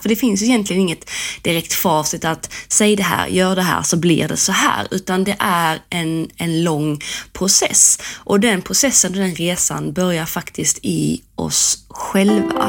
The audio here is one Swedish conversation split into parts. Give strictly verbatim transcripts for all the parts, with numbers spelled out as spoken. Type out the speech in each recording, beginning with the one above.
För det finns egentligen inget direkt facit att säg det här, gör det här så blir det så här. Utan det är en, en lång process. Och den processen och den resan börjar faktiskt i oss själva.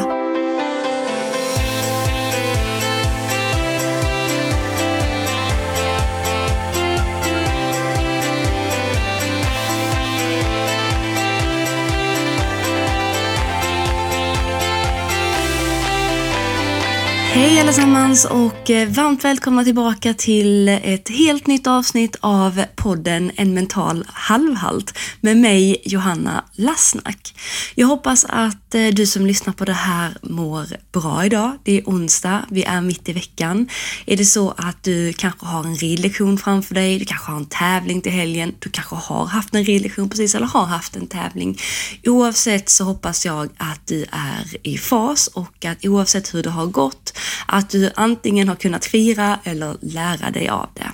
Hej allesammans och varmt välkomna tillbaka till ett helt nytt avsnitt av podden En mental halvhalt med mig Johanna Lassnack. Jag hoppas att du som lyssnar på det här mår bra idag. Det är onsdag, vi är mitt i veckan. Är det så att du kanske har en ridlektion framför dig, du kanske har en tävling till helgen, du kanske har haft en ridlektion precis eller har haft en tävling. Oavsett så hoppas jag att du är i fas och att oavsett hur det har gått att du antingen har kunnat fira eller lära dig av det.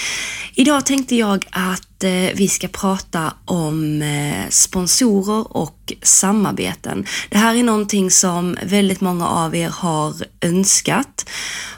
Idag tänkte jag att eh, vi ska prata om eh, sponsorer och samarbeten. Det här är någonting som väldigt många av er har önskat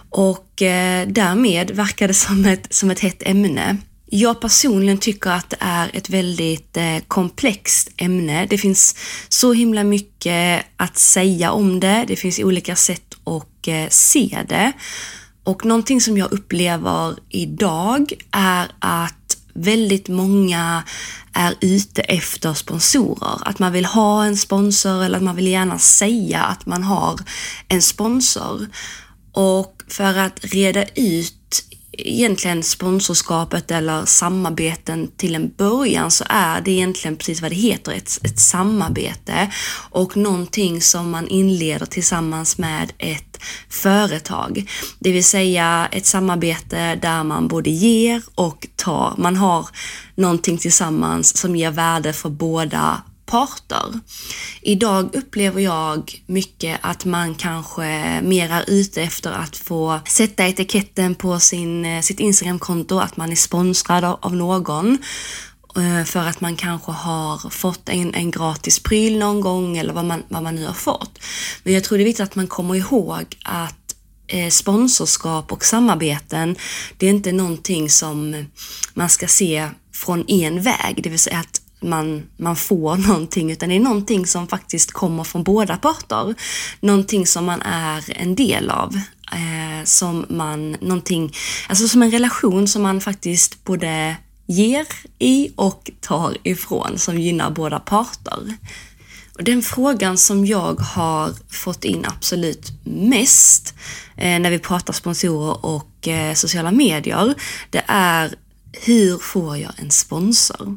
och eh, därmed verkar det som ett, som ett hett ämne. Jag personligen tycker att det är ett väldigt eh, komplext ämne. Det finns så himla mycket att säga om det. Det finns olika sätt att eh, se det. Och någonting som jag upplever idag är att väldigt många är ute efter sponsorer. Att man vill ha en sponsor eller att man vill gärna säga att man har en sponsor. Och för att reda ut egentligen sponsorskapet eller samarbeten till en början så är det egentligen precis vad det heter, ett, ett samarbete och någonting som man inleder tillsammans med ett företag. Det vill säga ett samarbete där man både ger och tar. Man har någonting tillsammans som ger värde för båda parter. Idag upplever jag mycket att man kanske mer är ute efter att få sätta etiketten på sin, sitt Instagram-konto, att man är sponsrad av någon för att man kanske har fått en, en gratis pryl någon gång eller vad man, vad man nu har fått. Men jag tror det är viktigt att man kommer ihåg att eh, sponsorskap och samarbeten, det är inte någonting som man ska se från en väg, det vill säga att Man, man får någonting, utan det är någonting som faktiskt kommer från båda parter. Någonting som man är en del av. Eh, som man, någonting, alltså som en relation som man faktiskt både ger i och tar ifrån, som gynnar båda parter. Och den frågan som jag har fått in absolut mest eh, när vi pratar sponsorer och eh, sociala medier, det är: hur får jag en sponsor?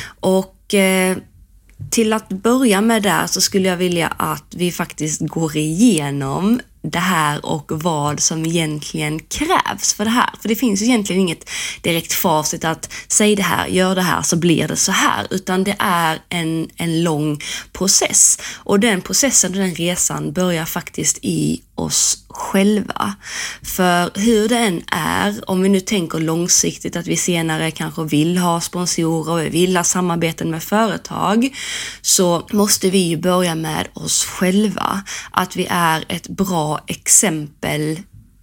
Och eh, till att börja med där så skulle jag vilja att vi faktiskt går igenom det här och vad som egentligen krävs för det här. För det finns egentligen inget direkt facit att säg det här, gör det här så blir det så här. Utan det är en, en lång process. Och den processen och den resan börjar faktiskt i oss själva. För hur det än är, om vi nu tänker långsiktigt att vi senare kanske vill ha sponsorer och vill ha samarbeten med företag, så måste vi ju börja med oss själva. Att vi är ett bra exempel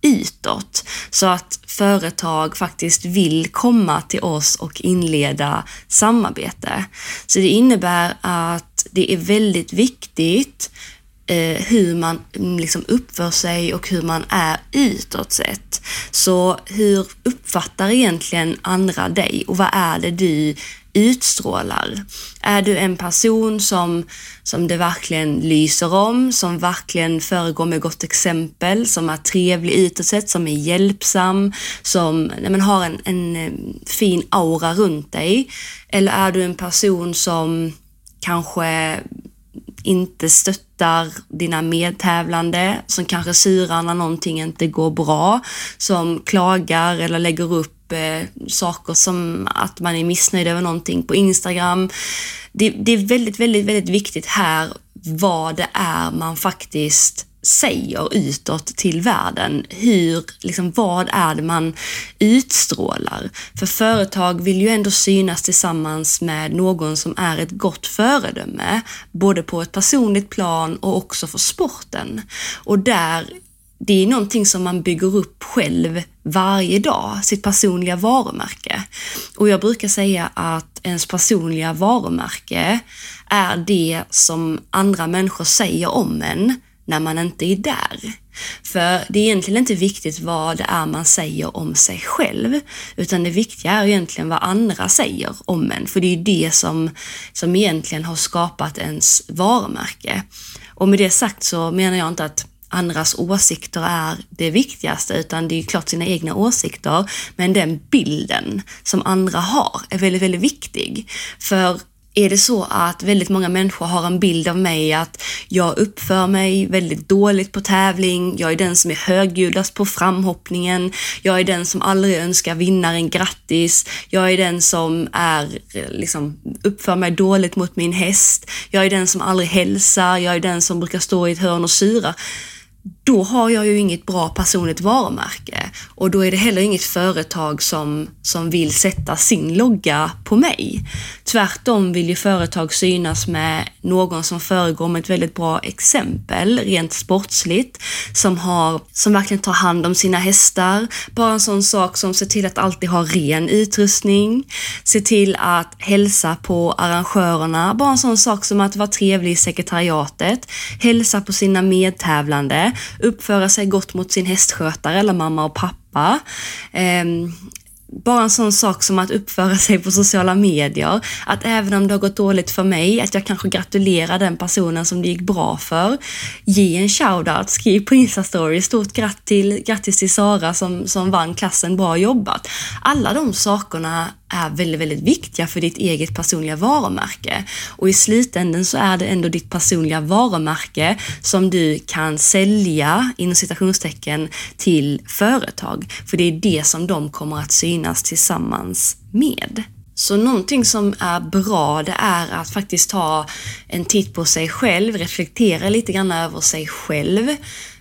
utåt, så att företag faktiskt vill komma till oss och inleda samarbete. Så det innebär att det är väldigt viktigt eh, hur man liksom uppför sig och hur man är utåt sett. Så hur uppfattar egentligen andra dig och vad är det du utstrålar? Är du en person som, som det verkligen lyser om, som verkligen föregår med gott exempel, som är trevlig utåt sett, som är hjälpsam, som nej, men har en, en fin aura runt dig? Eller är du en person som kanske inte stöttar dina medtävlande, som kanske surar när någonting inte går bra, som klagar eller lägger upp eh, saker som att man är missnöjd över någonting på Instagram. Det, det är väldigt, väldigt, väldigt viktigt här vad det är man faktiskt säger utåt till världen. Hur, liksom, vad är det man utstrålar? För företag vill ju ändå synas tillsammans med någon som är ett gott föredöme, både på ett personligt plan och också för sporten. Och där det är någonting som man bygger upp själv varje dag, sitt personliga varumärke. Och jag brukar säga att ens personliga varumärke är det som andra människor säger om en när man inte är där. För det är egentligen inte viktigt vad det är man säger om sig själv, utan det viktiga är egentligen vad andra säger om en. För det är det som, som egentligen har skapat ens varumärke. Och med det sagt så menar jag inte att andras åsikter är det viktigaste, utan det är klart sina egna åsikter, men den bilden som andra har är väldigt, väldigt viktig. För är det så att väldigt många människor har en bild av mig att jag uppför mig väldigt dåligt på tävling, jag är den som är högljuddast på framhoppningen, jag är den som aldrig önskar vinnaren grattis, jag är den som är, liksom, uppför mig dåligt mot min häst, jag är den som aldrig hälsar, jag är den som brukar stå i ett hörn och syra. Då har jag ju inget bra personligt varumärke, och då är det heller inget företag som, som vill sätta sin logga på mig. Tvärtom vill ju företag synas med någon som föregår med ett väldigt bra exempel rent sportsligt, som, har, som verkligen tar hand om sina hästar. Bara en sån sak som ser till att alltid ha ren utrustning, se till att hälsa på arrangörerna, bara en sån sak som att vara trevlig i sekretariatet, hälsa på sina medtävlande, uppföra sig gott mot sin hästskötare eller mamma och pappa. Eh, bara en sån sak som att uppföra sig på sociala medier. Att även om det har gått dåligt för mig, att jag kanske gratulerar den personen som det gick bra för. Ge en shoutout, skriv på Insta-story, stort grattis, grattis till Sara som, som vann klassen, bra jobbat. Alla de sakerna är väldigt, väldigt viktiga för ditt eget personliga varumärke. Och i slutändan så är det ändå ditt personliga varumärke som du kan sälja inom citationstecken till företag. För det är det som de kommer att synas tillsammans med. Så någonting som är bra, det är att faktiskt ta en titt på sig själv, reflektera lite grann över sig själv.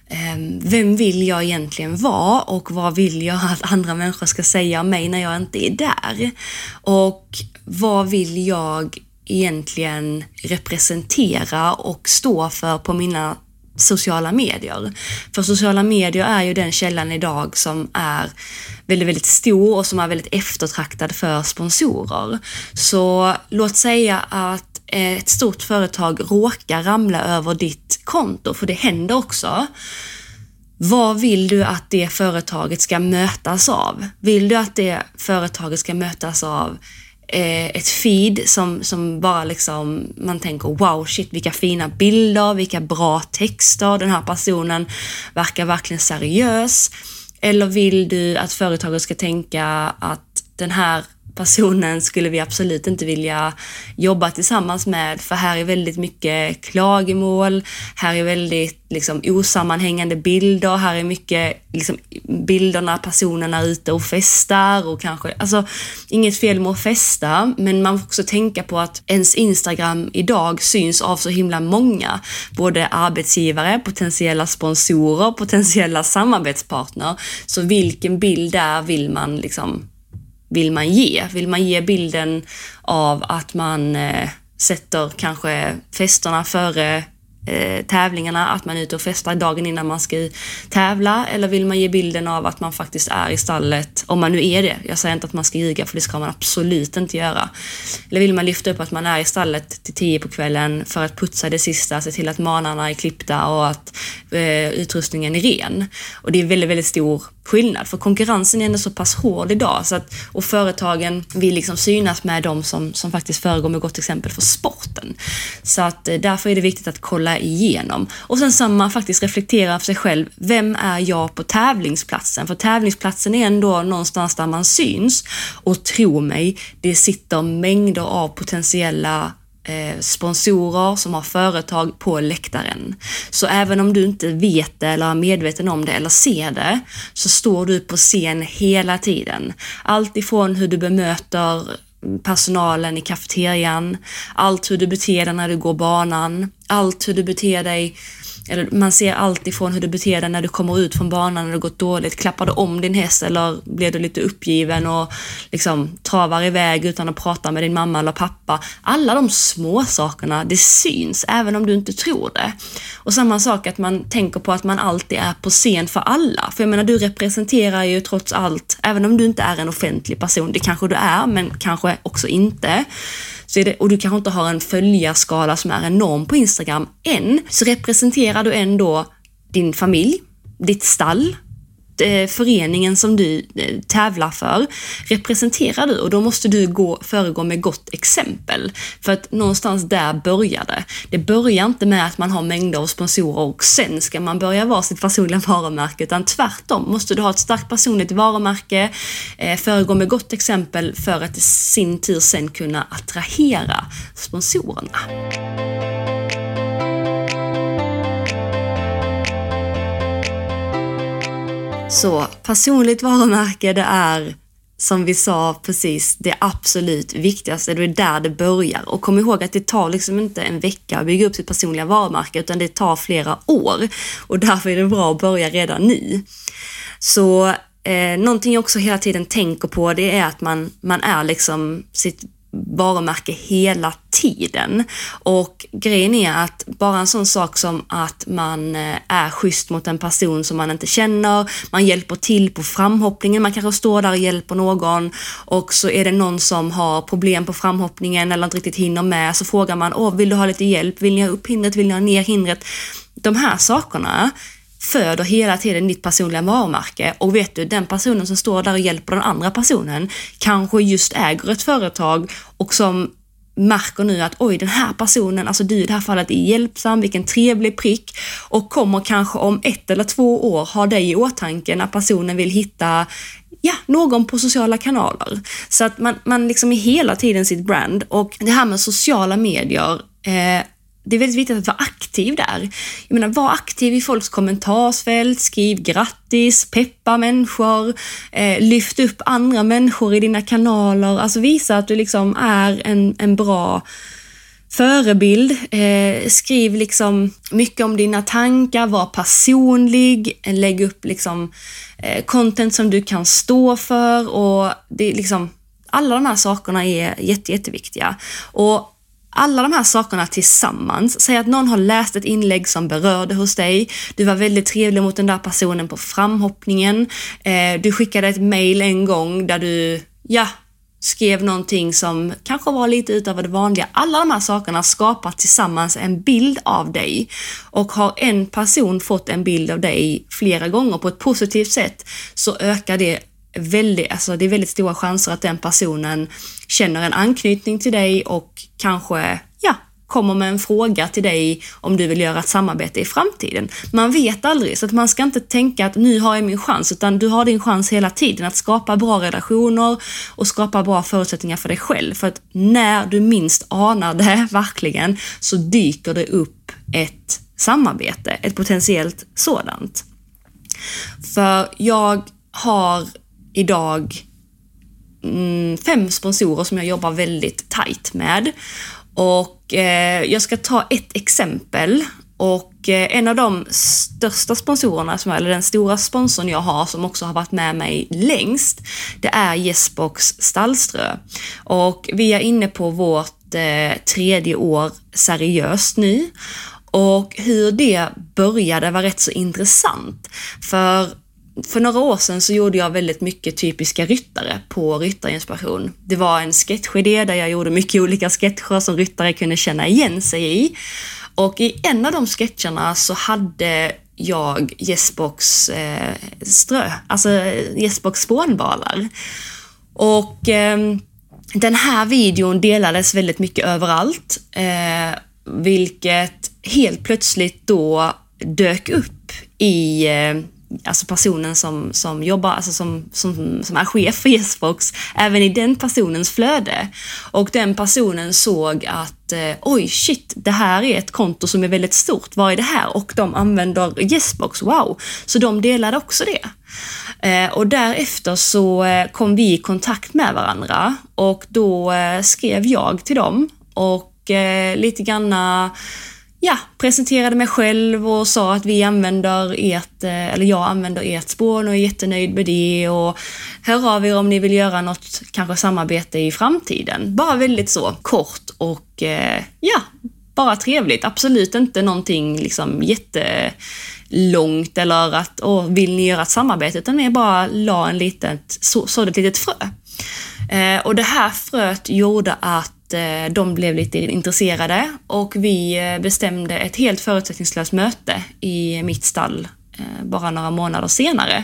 Vem vill jag egentligen vara och vad vill jag att andra människor ska säga om mig när jag inte är där? Och vad vill jag egentligen representera och stå för på mina sociala medier? För sociala medier är ju den källan idag som är väldigt, väldigt stor och som är väldigt eftertraktad för sponsorer. Så låt säga att ett stort företag råkar ramla över ditt konto, för det händer också. Vad vill du att det företaget ska mötas av? Vill du att det företaget ska mötas av eh, ett feed som, som bara liksom man tänker wow shit, vilka fina bilder, vilka bra texter, den här personen verkar verkligen seriös? Eller vill du att företaget ska tänka att den här personen skulle vi absolut inte vilja jobba tillsammans med, för här är väldigt mycket klagomål, här är väldigt liksom osammanhängande bilder, här är mycket liksom bilderna personerna ute och festar och kanske, alltså inget fel med att festa, men man får också tänka på att ens Instagram idag syns av så himla många, både arbetsgivare, potentiella sponsorer, potentiella samarbetspartner, så vilken bild där vill man liksom vill man ge? Vill man ge bilden av att man eh, sätter kanske festerna före eh, tävlingarna, att man är ute och festar dagen innan man ska tävla, eller vill man ge bilden av att man faktiskt är i stallet, om man nu är det. Jag säger inte att man ska ljuga, för det ska man absolut inte göra. Eller vill man lyfta upp att man är i stallet till tio på kvällen för att putsa det sista, se till att manarna är klippta och att eh, utrustningen är ren. Och det är väldigt, väldigt stor skillnad, för konkurrensen är ändå så pass hård idag, så att, och företagen vill liksom synas med dem som, som faktiskt föregår med gott exempel för sporten. Så att därför är det viktigt att kolla igenom. Och sen så man faktiskt reflektera för sig själv, vem är jag på tävlingsplatsen? För tävlingsplatsen är ändå någonstans där man syns, och tro mig, det sitter mängder av potentiella sponsorer som har företag på läktaren. Så även om du inte vet det eller är medveten om det eller ser det, så står du på scen hela tiden. Allt ifrån hur du bemöter personalen i kafeterian, allt hur du beter dig när du går banan, allt hur du beter dig eller man ser allt ifrån hur du beter dig när du kommer ut från banan när det gått dåligt. Klappar du om din häst eller blir du lite uppgiven och liksom travar iväg utan att prata med din mamma eller pappa. Alla de små sakerna, det syns även om du inte tror det. Och samma sak att man tänker på att man alltid är på scen för alla. För jag menar, du representerar ju trots allt, även om du inte är en offentlig person, det kanske du är men kanske också inte. Så är det, och du kanske inte har en följarskala som är enorm på Instagram än, så representerar du ändå din familj, ditt stall, föreningen som du tävlar för, representerar du, och då måste du gå, föregå med gott exempel, för att någonstans där börjar det. Det börjar inte med att man har mängder av sponsorer och sen ska man börja vara sitt personliga varumärke, utan tvärtom måste du ha ett starkt personligt varumärke, föregå med gott exempel för att i sin tur sen kunna attrahera sponsorerna. Så personligt varumärke, det är, som vi sa precis, det absolut viktigaste. Det är där det börjar. Och kom ihåg att det tar liksom inte en vecka att bygga upp sitt personliga varumärke, utan det tar flera år. Och därför är det bra att börja redan nu. Så eh, någonting jag också hela tiden tänker på, det är att man, man är liksom sitt varumärke hela tiden. Och grejen är att bara en sån sak som att man är schysst mot en person som man inte känner, man hjälper till på framhoppningen, man kanske står där och hjälper någon och så är det någon som har problem på framhoppningen eller inte riktigt hinner med, så frågar man, åh, vill du ha lite hjälp, vill ni ha upp hindret, vill ni ha ner hindret? De här sakerna föder hela tiden ditt personliga varumärke, och vet du, den personen som står där och hjälper den andra personen kanske just äger ett företag och som märker nu att oj, den här personen, alltså du i det här fallet är hjälpsam, vilken trevlig prick, och kommer kanske om ett eller två år ha dig i åtanke när personen vill hitta ja, någon på sociala kanaler. Så att man, man liksom är hela tiden sitt brand. Och det här med sociala medier, eh, det är väldigt viktigt att vara aktiv där. Jag menar, var aktiv i folks kommentarsfält, skriv grattis, peppa människor, eh, lyft upp andra människor i dina kanaler. Alltså visa att du liksom är en, en bra förebild. Eh, skriv liksom mycket om dina tankar, var personlig, lägg upp liksom eh, content som du kan stå för, och det är liksom, alla de här sakerna är jätte, jätteviktiga. Och alla de här sakerna tillsammans, säg att någon har läst ett inlägg som berörde hos dig, du var väldigt trevlig mot den där personen på framhoppningen, eh, du skickade ett mejl en gång där du ja, skrev någonting som kanske var lite utöver det vanliga. Alla de här sakerna skapar tillsammans en bild av dig, och har en person fått en bild av dig flera gånger på ett positivt sätt, så ökar det väldigt, alltså det är väldigt stora chanser att den personen känner en anknytning till dig och kanske ja, kommer med en fråga till dig om du vill göra ett samarbete i framtiden. Man vet aldrig, så att man ska inte tänka att nu har jag min chans, utan du har din chans hela tiden att skapa bra relationer och skapa bra förutsättningar för dig själv. För att när du minst anar det verkligen, så dyker det upp ett samarbete, ett potentiellt sådant. För jag har idag mm, fem sponsorer som jag jobbar väldigt tajt med, och eh, jag ska ta ett exempel. Och eh, en av de största sponsorerna, som, eller den stora sponsorn jag har som också har varit med mig längst, det är Yesbox Stallströ, och vi är inne på vårt eh, tredje år seriöst nu. Och hur det började var rätt så intressant, för För några år sedan så gjorde jag väldigt mycket typiska ryttare på Ryttarinspiration. Det var en sketchidé där jag gjorde mycket olika sketcher som ryttare kunde känna igen sig i. Och i en av de sketcherna så hade jag Yesbox eh, strö, alltså Yesbox spånbalar. Och eh, den här videon delades väldigt mycket överallt, eh, vilket helt plötsligt då dök upp i eh, alltså personen som, som jobbar, alltså som, som, som är chef för Yesbox, även i den personens flöde. Och den personen såg att eh, oj shit, det här är ett konto som är väldigt stort, vad är det här? Och de använder Yesbox, wow. Så de delade också det. Eh, och därefter så eh, kom vi i kontakt med varandra, och då eh, skrev jag till dem och eh, lite granna ja, presenterade mig själv och sa att vi använder ert, eller jag använder ert spån och är jättenöjd med det, och hör av er om ni vill göra något kanske samarbete i framtiden. Bara väldigt så kort och ja, bara trevligt. Absolut inte någonting liksom jättelångt eller att åh, vill ni göra ett samarbete, utan mer bara la en litet, så, så ett litet frö. Eh, och det här fröet gjorde att eh, de blev lite intresserade, och vi bestämde ett helt förutsättningslöst möte i mitt stall eh, bara några månader senare.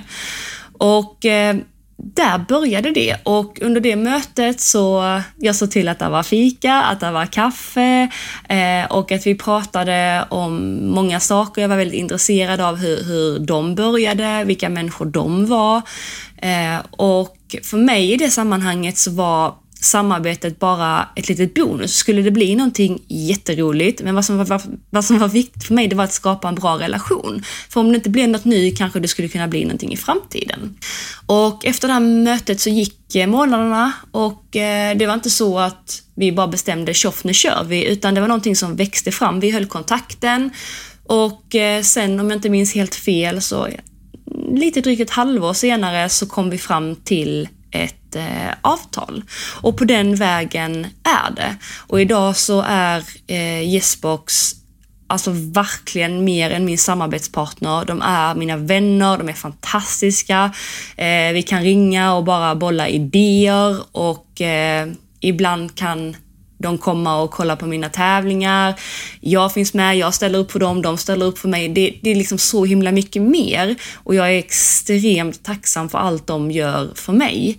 Och eh, där började det, och under det mötet så jag såg till att det var fika, att det var kaffe eh, och att vi pratade om många saker. Jag var väldigt intresserad av hur, hur de började, vilka människor de var. Eh, och för mig i det sammanhanget så var samarbetet bara ett litet bonus. Skulle det bli någonting jätteroligt, men vad som var, vad som var viktigt för mig, det var att skapa en bra relation. För om det inte blev något nu, kanske det skulle kunna bli någonting i framtiden. Och efter det här mötet så gick månaderna, och eh, det var inte så att vi bara bestämde tjoff, nu kör vi, utan det var någonting som växte fram. Vi höll kontakten, och eh, sen, om jag inte minns helt fel, så lite drygt ett halvår senare så kom vi fram till ett eh, avtal, och på den vägen är det. Och idag så är eh, Yesbox alltså verkligen mer än min samarbetspartner. De är mina vänner, de är fantastiska. Eh, vi kan ringa och bara bolla idéer, och eh, ibland kan de kommer och kollar på mina tävlingar. Jag finns med, jag ställer upp för dem, de ställer upp för mig. Det, det är liksom så himla mycket mer. Och jag är extremt tacksam för allt de gör för mig.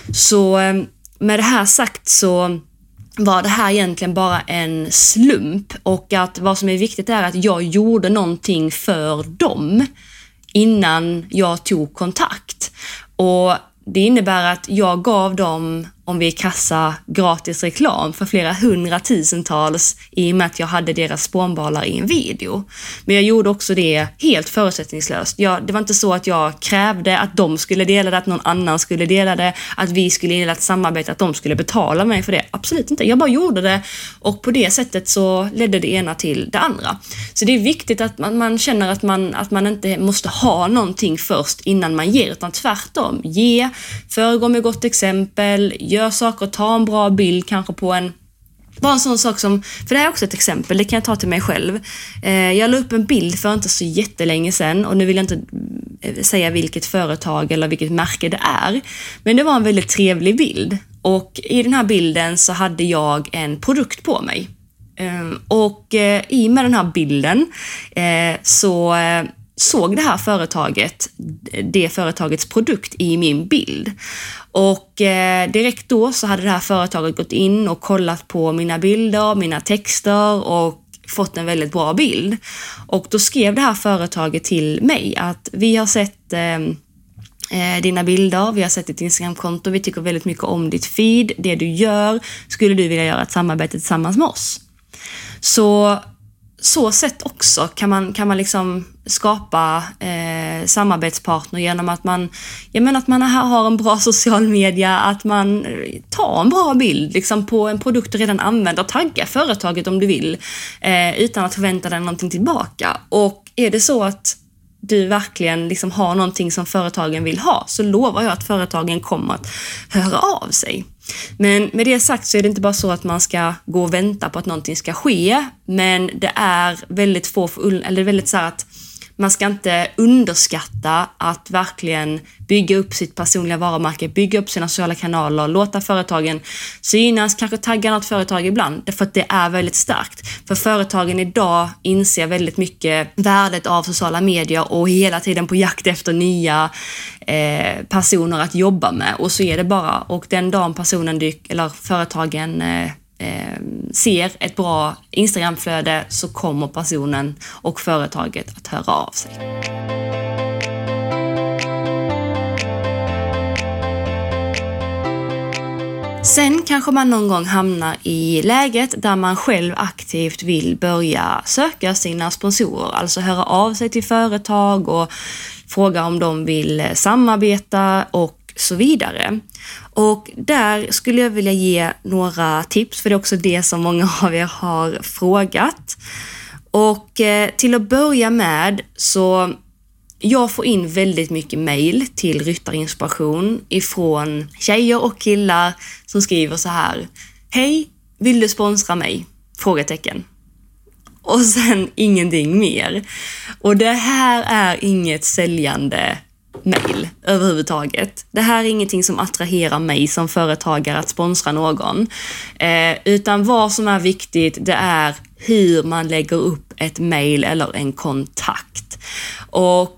Så med det här sagt så var det här egentligen bara en slump. Och att vad som är viktigt är att jag gjorde någonting för dem innan jag tog kontakt. Och det innebär att jag gav dem, om vi kassa, gratis reklam för flera hundratusentals i och med att jag hade deras spånbalar i en video. Men jag gjorde också det helt förutsättningslöst. Jag, det var inte så att jag krävde att de skulle dela det, att någon annan skulle dela det, att vi skulle dela ett samarbete, att de skulle betala mig för det. Absolut inte. Jag bara gjorde det, och på det sättet så ledde det ena till det andra. Så det är viktigt att man, man känner att man, att man inte måste ha någonting först innan man ger, utan tvärtom. Ge, föregå med gott exempel, gör saker, ta en bra bild kanske på en, bara en sån sak som, för det här är också ett exempel, det kan jag ta till mig själv. Eh, jag la upp en bild för inte så jättelänge sedan, och nu vill jag inte säga vilket företag eller vilket märke det är, men det var en väldigt trevlig bild, och i den här bilden så hade jag en produkt på mig. Eh, och eh, i med den här bilden eh, så eh, såg det här företaget, det företagets produkt i min bild. Och eh, direkt då så hade det här företaget gått in och kollat på mina bilder, mina texter, och fått en väldigt bra bild. Och då skrev det här företaget till mig att vi har sett eh, dina bilder, vi har sett ditt Instagramkonto, vi tycker väldigt mycket om ditt feed, det du gör, skulle du vilja göra ett samarbete tillsammans med oss? Så så sätt också kan man, kan man liksom skapa eh, samarbetspartner genom att man, jag menar att man har en bra social media, att man tar en bra bild liksom på en produkt du redan använder, tagga företaget om du vill, eh, utan att förvänta dig någonting tillbaka. Och är det så att du verkligen liksom har någonting som företagen vill ha, så lovar jag att företagen kommer att höra av sig. Men med det sagt så är det inte bara så att man ska gå och vänta på att någonting ska ske, men det är väldigt få, eller väldigt så att man ska inte underskatta att verkligen bygga upp sitt personliga varumärke, bygga upp sina sociala kanaler, låta företagen synas, kanske tagga något företag ibland, därför att det är väldigt starkt. För företagen idag inser väldigt mycket värdet av sociala medier och hela tiden på jakt efter nya eh, personer att jobba med, och så är det bara. Och den dagen personen dyker, eller företagen eh, Eh, ser ett bra Instagramflöde, så kommer personen och företaget att höra av sig. Sen kanske man någon gång hamnar i läget där man själv aktivt vill börja söka sina sponsorer, alltså höra av sig till företag och fråga om de vill samarbeta och så vidare. Och där skulle jag vilja ge några tips, för det är också det som många av er har frågat. Och eh, till att börja med så jag får in väldigt mycket mejl till Ryttarinspiration ifrån tjejer och killar som skriver så här: hej, vill du sponsra mig? Frågetecken. Och sen ingenting mer. Och det här är inget säljande mejl överhuvudtaget. Det här är ingenting som attraherar mig som företagare att sponsra någon. Eh, utan vad som är viktigt, det är hur man lägger upp ett mejl eller en kontakt. Och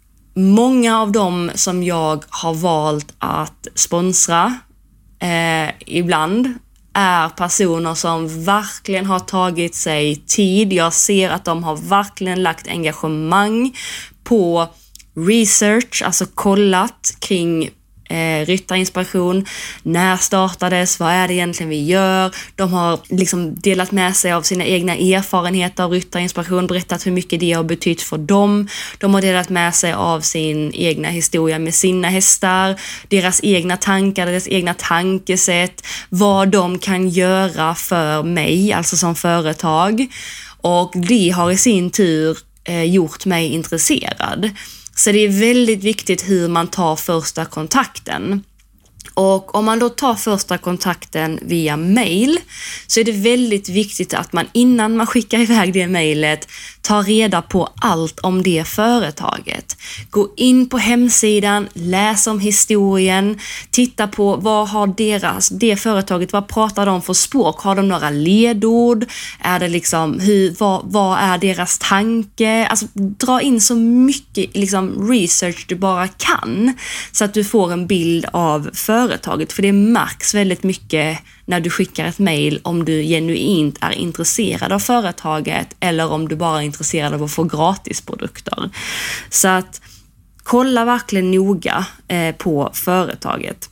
många av dem som jag har valt att sponsra eh, ibland är personer som verkligen har tagit sig tid. Jag ser att de har verkligen lagt engagemang på research, alltså kollat kring eh, Ryttarinspiration. När startades? Vad är det egentligen vi gör? De har liksom delat med sig av sina egna erfarenheter av Ryttarinspiration, berättat hur mycket det har betytt för dem. De har delat med sig av sin egna historia med sina hästar, deras egna tankar, deras egna tankesätt, vad de kan göra för mig, alltså som företag. Och det har i sin tur eh, gjort mig intresserad. Så det är väldigt viktigt hur man tar första kontakten. Och om man då tar första kontakten via mail så är det väldigt viktigt att man innan man skickar iväg det mailet tar reda på allt om det företaget. Gå in på hemsidan, läs om historien, titta på vad har deras, det företaget, vad pratar de för språk? Har de några ledord? Är det liksom, hur, vad, vad är deras tanke? Alltså dra in så mycket liksom, research du bara kan så att du får en bild av företaget. För det märks väldigt mycket när du skickar ett mejl om du genuint är intresserad av företaget eller om du bara är intresserad av att få gratisprodukter. Så att kolla verkligen noga eh, på företaget.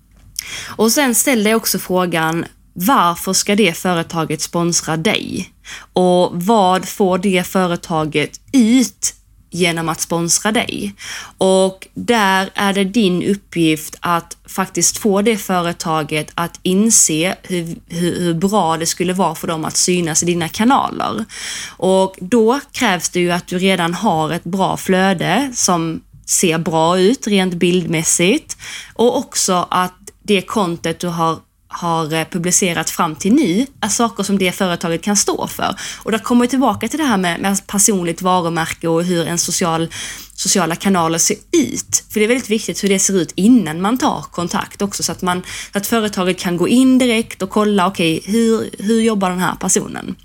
Och sen ställ dig också frågan: varför ska det företaget sponsra dig? Och vad får det företaget ut genom att sponsra dig? Och där är det din uppgift att faktiskt få det företaget att inse hur, hur, hur bra det skulle vara för dem att synas i dina kanaler. Och då krävs det ju att du redan har ett bra flöde som ser bra ut rent bildmässigt, och också att det content du har har publicerat fram till nu är saker som det företaget kan stå för. Och där kommer vi tillbaka till det här med, med personligt varumärke och hur en social, sociala kanaler ser ut. För det är väldigt viktigt hur det ser ut innan man tar kontakt också, så att, man, så att företaget kan gå in direkt och kolla, okej, okay, hur, hur jobbar den här personen?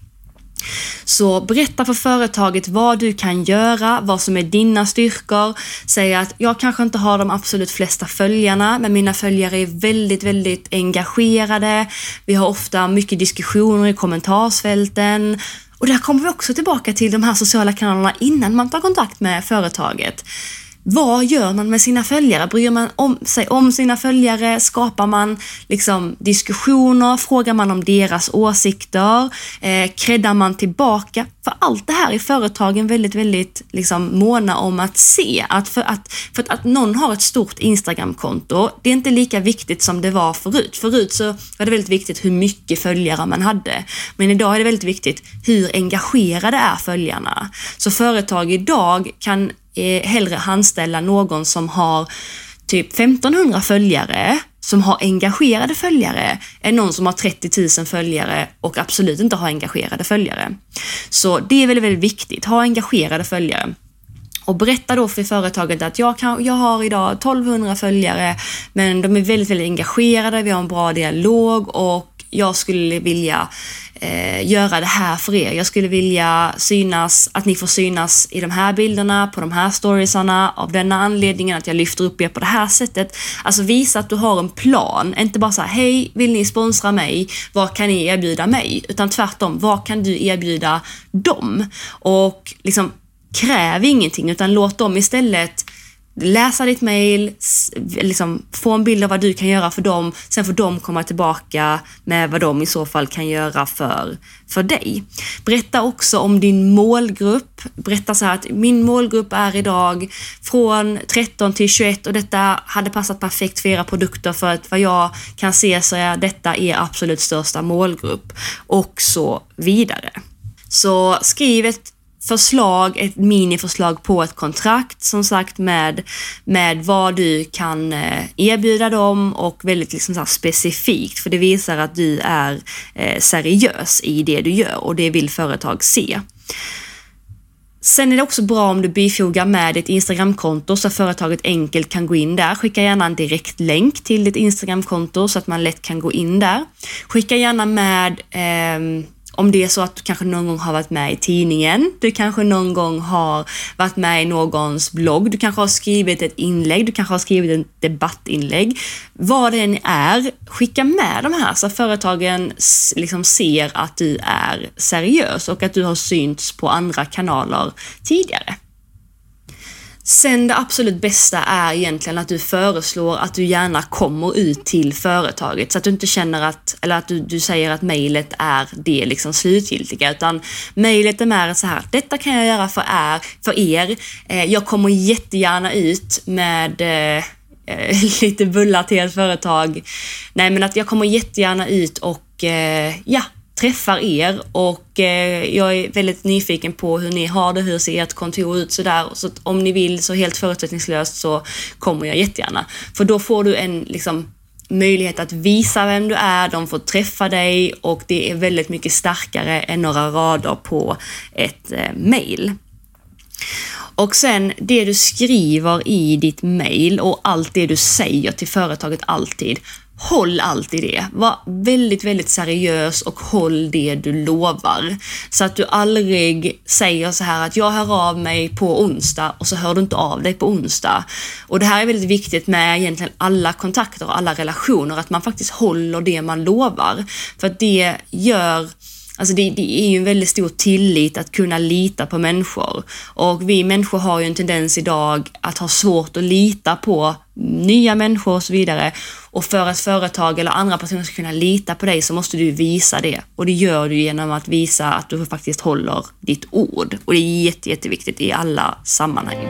Så berätta för företaget vad du kan göra, vad som är dina styrkor. Säg att jag kanske inte har de absolut flesta följarna, men mina följare är väldigt, väldigt engagerade. Vi har ofta mycket diskussioner i kommentarsfälten. Och där kommer vi också tillbaka till de här sociala kanalerna innan man tar kontakt med företaget. Vad gör man med sina följare? Bryr man om sig om sina följare? Skapar man liksom diskussioner? Frågar man om deras åsikter? Eh, kreddar man tillbaka? För allt det här är företagen väldigt, väldigt liksom måna om att se. Att för, att, för att, att någon har ett stort Instagram-konto, det är inte lika viktigt som det var förut. Förut så var det väldigt viktigt hur mycket följare man hade. Men idag är det väldigt viktigt hur engagerade är följarna. Så företag idag kan hellre handställa någon som har typ femtonhundra följare, som har engagerade följare, än någon som har trettio tusen följare och absolut inte har engagerade följare. Så det är väldigt, väldigt viktigt. Ha engagerade följare. Och berätta då för företaget att jag, kan, jag har idag tolvhundra följare, men de är väldigt, väldigt engagerade, vi har en bra dialog och jag skulle vilja eh, göra det här för er. Jag skulle vilja synas, att ni får synas i de här bilderna, på de här storiesarna, av denna anledningen att jag lyfter upp er på det här sättet. Alltså visa att du har en plan. Inte bara så här, hej, vill ni sponsra mig? Vad kan ni erbjuda mig? Utan tvärtom, vad kan du erbjuda dem? Och liksom kräv ingenting, utan låt dem istället läsa ditt mejl, liksom få en bild av vad du kan göra för dem. Sen får de komma tillbaka med vad de i så fall kan göra för, för dig. Berätta också om din målgrupp. Berätta så här att min målgrupp är idag från tretton till tjugoett och detta hade passat perfekt för era produkter, för att vad jag kan se så är detta er absolut största målgrupp och så vidare. Så skriv ett förslag, ett miniförslag på ett kontrakt, som sagt, med, med vad du kan erbjuda dem, och väldigt liksom så här specifikt, för det visar att du är eh, seriös i det du gör, och det vill företag se. Sen är det också bra om du bifogar med ditt Instagramkonto så att företaget enkelt kan gå in där. Skicka gärna en direkt länk till ditt Instagramkonto så att man lätt kan gå in där. Skicka gärna med eh, om det är så att du kanske någon gång har varit med i tidningen, du kanske någon gång har varit med i någons blogg, du kanske har skrivit ett inlägg, du kanske har skrivit ett debattinlägg. Vad det än är, skicka med de här så att företagen liksom ser att du är seriös och att du har synts på andra kanaler tidigare. Sen det absolut bästa är egentligen att du föreslår att du gärna kommer ut till företaget, så att du inte känner att, eller att du, du säger att mejlet är det liksom slutgiltiga, utan mejlet är mer så här: detta kan jag göra för er, för er. Eh, jag kommer jättegärna ut med eh, lite bullar till ett företag. Nej, men att jag kommer jättegärna ut och eh, ja, träffar er, och eh, jag är väldigt nyfiken på hur ni har det, hur ser ert kontor ut sådär, så att om ni vill så helt förutsättningslöst så kommer jag jättegärna. För då får du en liksom möjlighet att visa vem du är, de får träffa dig, och det är väldigt mycket starkare än några rader på ett eh, mejl. Och sen det du skriver i ditt mejl och allt det du säger till företaget alltid, håll alltid det. Var väldigt, väldigt seriös och håll det du lovar. Så att du aldrig säger så här att jag hör av mig på onsdag och så hör du inte av dig på onsdag. Och det här är väldigt viktigt med egentligen alla kontakter och alla relationer, att man faktiskt håller det man lovar. För att det gör... Alltså det, det är ju en väldigt stor tillit att kunna lita på människor. Och vi människor har ju en tendens idag att ha svårt att lita på nya människor och så vidare. Och för att företag eller andra personer ska kunna lita på dig så måste du visa det. Och det gör du genom att visa att du faktiskt håller ditt ord. Och det är jätte, jätteviktigt i alla sammanhang.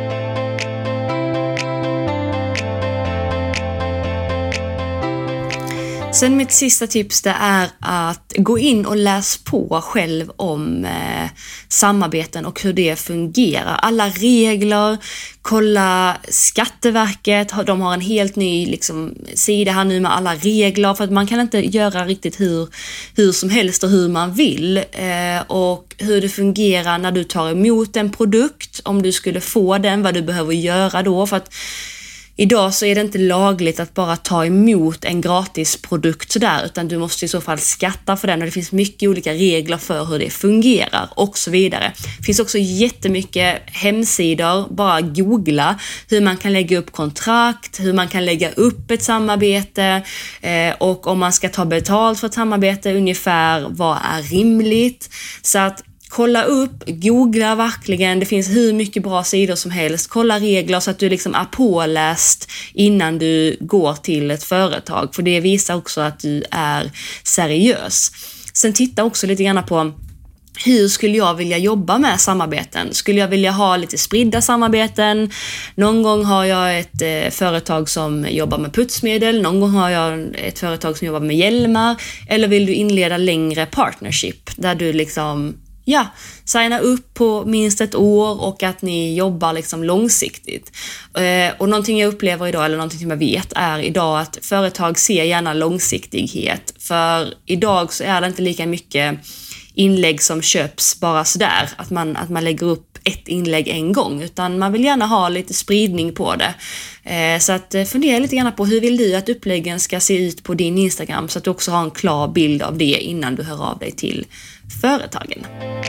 Sen mitt sista tips det är att gå in och läs på själv om eh, samarbeten och hur det fungerar. Alla regler, kolla Skatteverket, de har en helt ny liksom, sida här nu med alla regler, för att man kan inte göra riktigt hur, hur som helst och hur man vill. Eh, och hur det fungerar när du tar emot en produkt, om du skulle få den, vad du behöver göra då, för att idag så är det inte lagligt att bara ta emot en gratis produkt sådär, utan du måste i så fall skatta för den, och det finns mycket olika regler för hur det fungerar och så vidare. Det finns också jättemycket hemsidor, bara googla hur man kan lägga upp kontrakt, hur man kan lägga upp ett samarbete eh, och om man ska ta betalt för ett samarbete, ungefär vad är rimligt. Så att kolla upp, googla verkligen, det finns hur mycket bra sidor som helst. Kolla regler så att du liksom är påläst innan du går till ett företag, för det visar också att du är seriös. Sen titta också lite grann på hur skulle jag vilja jobba med samarbeten? Skulle jag vilja ha lite spridda samarbeten? Någon gång har jag ett eh, företag som jobbar med putsmedel. Någon gång har jag ett företag som jobbar med hjälmar. Eller vill du inleda längre partnership där du liksom ja, signa upp på minst ett år och att ni jobbar liksom långsiktigt. Eh, och någonting jag upplever idag, eller någonting som jag vet är idag, att företag ser gärna långsiktighet. För idag så är det inte lika mycket inlägg som köps bara sådär, att man, att man lägger upp ett inlägg en gång, utan man vill gärna ha lite spridning på det. Eh, så att fundera lite grann på hur vill du att uppläggen ska se ut på din Instagram, så att du också har en klar bild av det innan du hör av dig till företagen.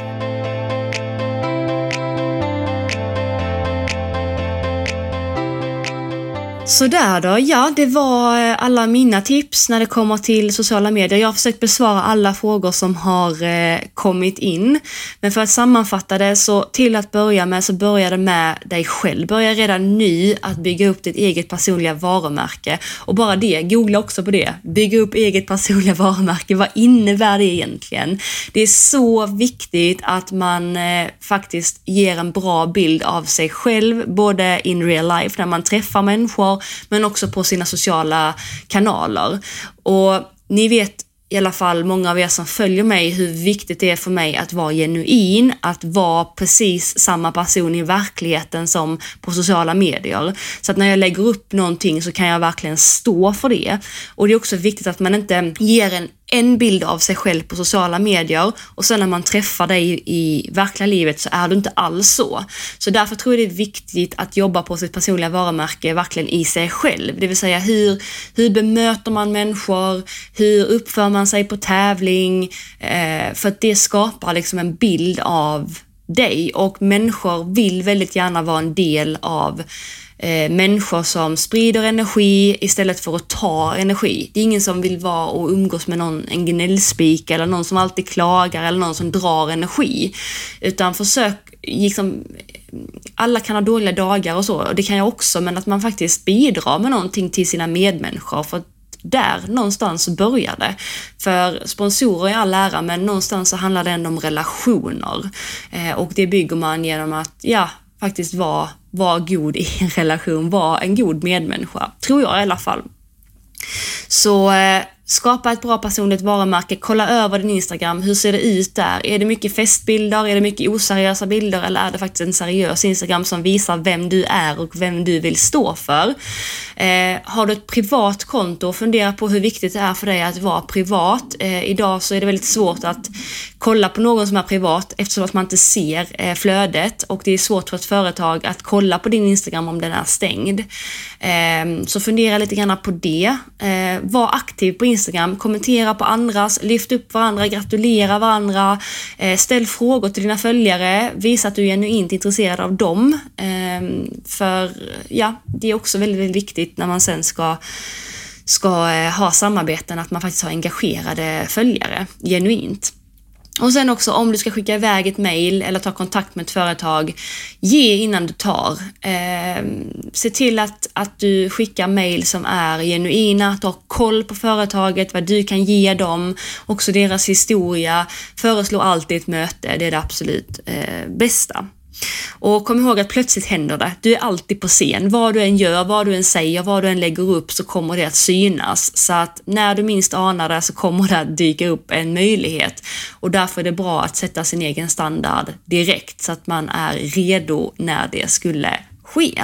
Så där då, ja, det var alla mina tips när det kommer till sociala medier. Jag har försökt besvara alla frågor som har eh, kommit in. Men för att sammanfatta det, så till att börja med så börja det med dig själv. Börja redan nu att bygga upp ditt eget personliga varumärke. Och bara det, googla också på det. Bygga upp eget personliga varumärke, vad innebär det egentligen? Det är så viktigt att man eh, faktiskt ger en bra bild av sig själv, både in real life när man träffar människor, men också på sina sociala kanaler. Och ni vet i alla fall många av er som följer mig hur viktigt det är för mig att vara genuin, att vara precis samma person i verkligheten som på sociala medier. Så att när jag lägger upp någonting så kan jag verkligen stå för det. Och det är också viktigt att man inte ger en en bild av sig själv på sociala medier och sen när man träffar dig i verkliga livet så är du inte alls så. Så därför tror jag det är viktigt att jobba på sitt personliga varumärke verkligen i sig själv. Det vill säga hur, hur bemöter man människor, hur uppför man sig på tävling, eh, för att det skapar liksom en bild av dig, och människor vill väldigt gärna vara en del av Eh, människor som sprider energi istället för att ta energi. Det är ingen som vill vara och umgås med någon, en gnällspik eller någon som alltid klagar eller någon som drar energi. Utan försök, liksom, alla kan ha dåliga dagar och så, och det kan jag också, men att man faktiskt bidrar med någonting till sina medmänniskor, för där någonstans börjar det. För sponsorer är all ära, men någonstans så handlar det ändå om relationer. Eh, och det bygger man genom att, ja, faktiskt vara var god i en relation, vara en god medmänniska, tror jag i alla fall. Så eh, skapa ett bra personligt varumärke, kolla över din Instagram, hur ser det ut där? Är det mycket festbilder, är det mycket oseriösa bilder, eller är det faktiskt en seriös Instagram som visar vem du är och vem du vill stå för? Eh, har du ett privat konto, fundera på hur viktigt det är för dig att vara privat. Eh, idag så är det väldigt svårt att kolla på någon som är privat eftersom att man inte ser eh, flödet, och det är svårt för ett företag att kolla på din Instagram om den är stängd. Eh, så fundera lite grann på det. Eh, var aktiv på Instagram, kommentera på andras, lyft upp varandra, gratulera varandra, eh, ställ frågor till dina följare, visa att du är genuint intresserad av dem. Eh, för ja, det är också väldigt, väldigt viktigt när man sen ska ska eh, ha samarbeten, att man faktiskt har engagerade följare, genuint. Och sen också, om du ska skicka iväg ett mejl eller ta kontakt med ett företag, ge innan du tar. Eh, se till att, att du skickar mejl som är genuina, att du har koll på företaget, vad du kan ge dem, också deras historia. Föreslå alltid ett möte, det är det absolut eh, bästa. Och kom ihåg att plötsligt händer det. Du är alltid på scen. Vad du än gör, vad du än säger, vad du än lägger upp, så kommer det att synas. Så att när du minst anar det så kommer det att dyka upp en möjlighet. Och därför är det bra att sätta sin egen standard direkt så att man är redo när det skulle ske.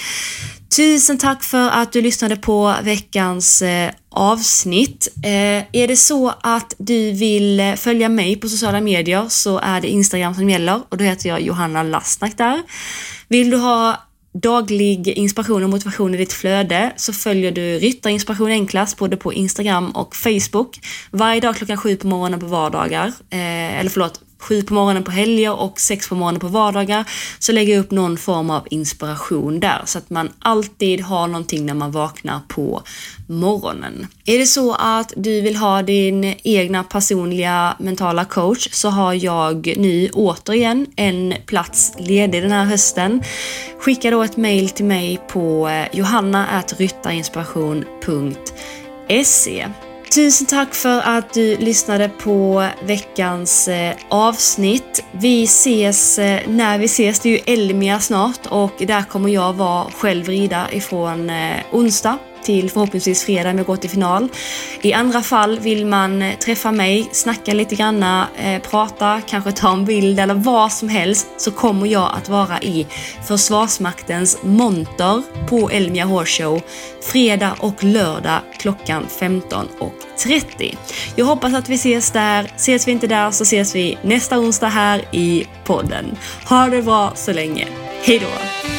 Tusen tack för att du lyssnade på veckans eh, avsnitt. Eh, är det så att du vill följa mig på sociala medier så är det Instagram som gäller, och då heter jag Johanna Lassnack där. Vill du ha daglig inspiration och motivation i ditt flöde så följer du Ryttarinspiration enklast både på Instagram och Facebook. Varje dag klockan sju på morgonen på vardagar, eh, eller förlåt, sju på morgonen på helger och sex på morgonen på vardagar, så lägger jag upp någon form av inspiration där så att man alltid har någonting när man vaknar på morgonen. Är det så att du vill ha din egna personliga mentala coach så har jag nu återigen en plats ledig den här hösten. Skicka då ett mejl till mig på johanna at ryttarinspiration punkt se. Tusen tack för att du lyssnade på veckans eh, avsnitt. Vi ses eh, när vi ses. Det är ju Elmia snart och där kommer jag vara själv rida ifrån eh, onsdag till förhoppningsvis fredag med gå till final. I andra fall vill man träffa mig, snacka lite granna, eh, prata, kanske ta en bild eller vad som helst, så kommer jag att vara i Försvarsmaktens monter på Elmia Horse Show fredag och lördag klockan femton och trettio. Jag hoppas att vi ses där. Ses vi inte där så ses vi nästa onsdag här i podden. Ha det bra så länge. Hej då!